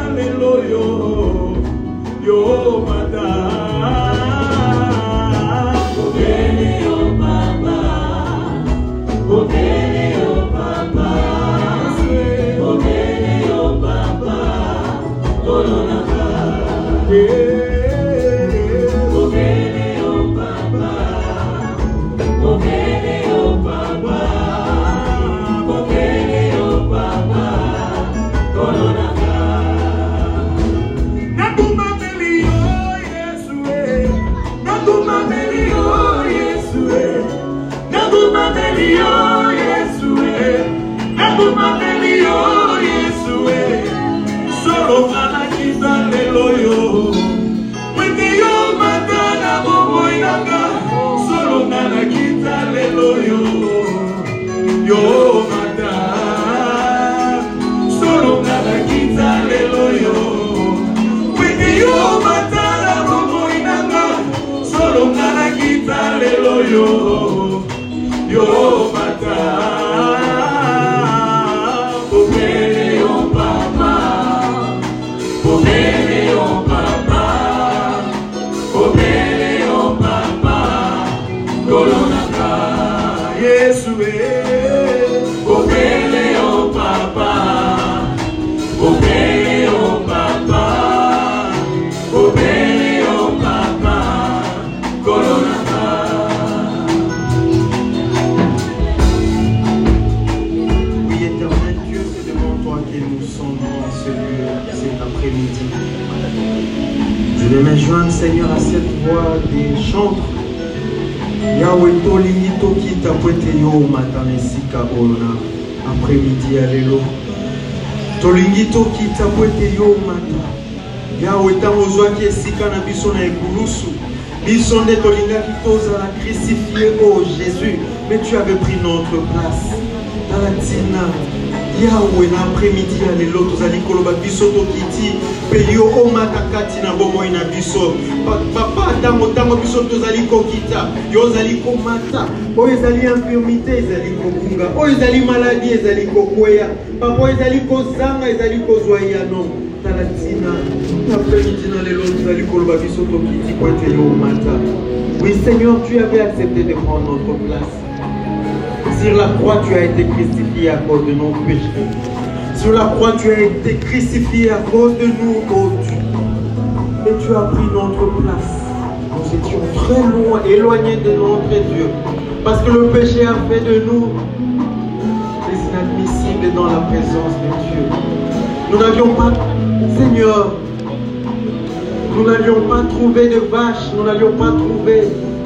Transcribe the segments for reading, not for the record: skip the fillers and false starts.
lelo yo mata. Obele yo papa, obele yo papa, obele yo papa, kolonaka. Obele yo papa, obele yo papa, obele yo papa, kolonaka. Nakumameli yo Yesue, nakumameli yo Yesue, nakumameli yo Yesue, nakumameli yo Yesue. Solo kana kita lelo yo, wende yo matana bobo inanga. Solo kana kita lelo yo mata. Solo kana kita lelo yo, wende yo matana bobo inanga. Solo kana kita lelo yo mata. Obele yo papa, obele yo papa, obele yo papa, kolonaka. Yesue, obele yo papa, obele yo papa, obele yo papa, kolonaka. Oui, éternel Dieu, c'est devant toi que nous sommes dans ce lieu cet après-midi. Je vais me joindre, Seigneur, à cette voix des chantres. Yahweh tolingi toki tapwete yo matanesika ona après-midi alelo. Tolingi toki tapwete yo mata. Yahweh tango zwaki esika na biso na ekulusu. Biso nde tolingaki tozala crucifié, oh Jésus, mais tu avais pris notre place. Dans la tina Yahweh na après-midi alelo tozali koloba biso tokiti pe yo omakakati na bomoi na biso. Papa tango biso tozali kokita yo zali komata. Oyo ezali infirmité ezali kokunga, oyo ezali maladie ezali kokweya, papa oyo ezali kozanga ezali kozwa yano. Dans la tina après-midi na lelo tozali koloba biso tokiti kwa ete yo omata. Oui Seigneur, tu avais accepté de prendre notre place. Sur la croix, tu as été crucifié à cause de nos péchés. Sur la croix, tu as été crucifié à cause de nous, oh Dieu. Et tu as pris notre place. Nous étions très loin, éloignés de notre Dieu. Parce que le péché a fait de nous des inadmissibles dans la présence de Dieu. Nous n'avions pas, Seigneur, nous n'avions pas trouvé de vaches, nous n'avions pas trouvé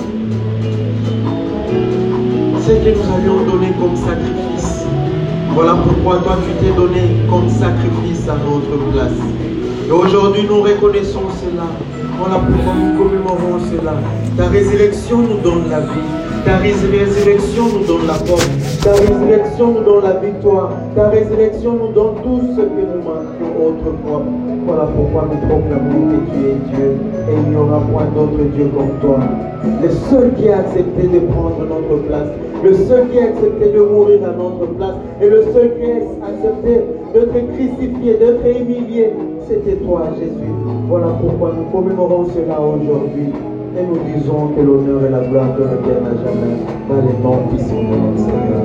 ce que nous avions donné comme sacrifice. Voilà pourquoi toi tu t'es donné comme sacrifice à notre place. Et aujourd'hui nous reconnaissons cela. Voilà pourquoi nous commémorons cela. Ta résurrection nous donne la vie. Ta résurrection nous donne la force. Ta résurrection nous donne la victoire. Ta résurrection nous donne tout ce que nous manquions autrefois. Voilà pourquoi nous proclamons que tu es Dieu et il n'y aura point d'autre Dieu comme toi. Le seul qui a accepté de prendre notre place, le seul qui a accepté de mourir à notre place et le seul qui a accepté d'être crucifié, d'être humilié, c'était toi Jésus. Voilà pourquoi nous commémorons cela aujourd'hui. Et nous disons que l'honneur et la gloire te reviennent à jamais dans les noms puissants de notre Seigneur.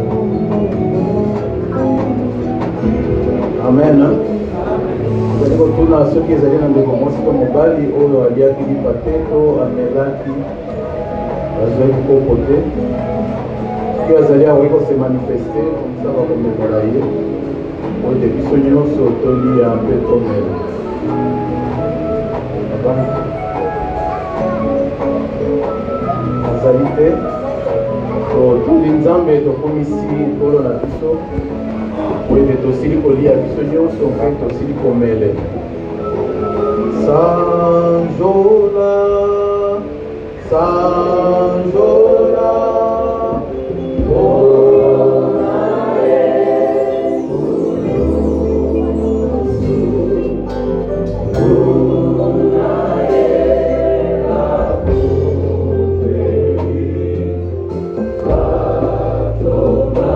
Amen. Nous allons retourner à ceux qui allaient dans le commencement comme Mobali, ou à Liakili Pateto, à Melaki, à Zoé Kopote, qui allaient à Wiko se manifester, comme ça va comme le Molaye, ou des bisognos sur Toli à un peu comme Azalité, tout l'inzambe tokomi ici polo na biso, oyo tosili kolia biso nyonso mpe tosili komele. Sanjola, Sanjola,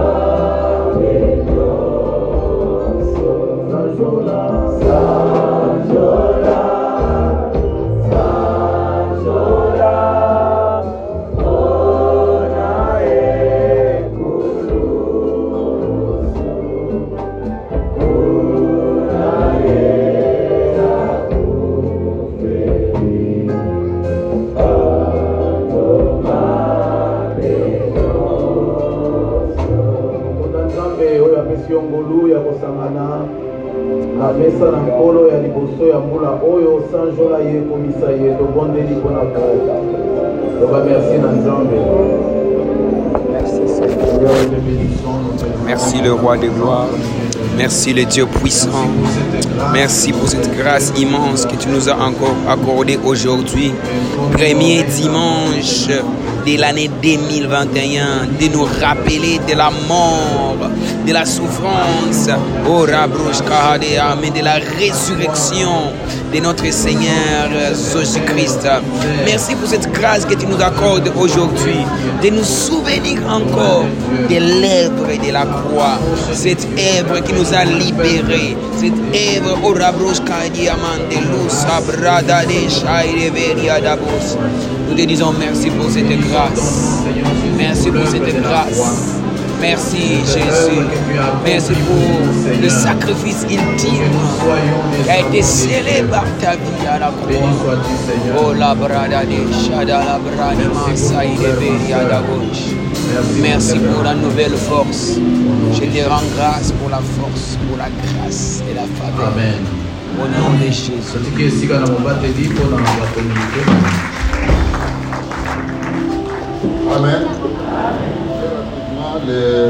Sanjola, topesa na nkolo ya liboso ya mbula oyo sanjola ye komisa ye tobondeli mpona toba merci na nzambe. Merci le roi de gloire. Merci le Dieu puissant. Merci pour cette grâce immense que tu nous as encore accordée aujourd'hui. Premier dimanche de l'année 2021, de nous rappeler de la mort, de la souffrance, mais de la résurrection de notre Seigneur Jésus-Christ. Merci pour cette grâce que tu nous accordes aujourd'hui, de nous souvenir encore de l'œuvre de la croix, cette œuvre qui nous a libérés, cette œuvre nous te disons merci pour cette grâce. Merci pour cette grâce. Merci Jésus. Merci pour le sacrifice ultime qui a été scellé par ta vie à la croix. Oh la brada de Shada la brani Masaï de Veria d'Agouche. Merci pour la nouvelle force. Je te rends grâce pour la force, pour la grâce et la faveur. Amen. Au nom de Jésus. Amen.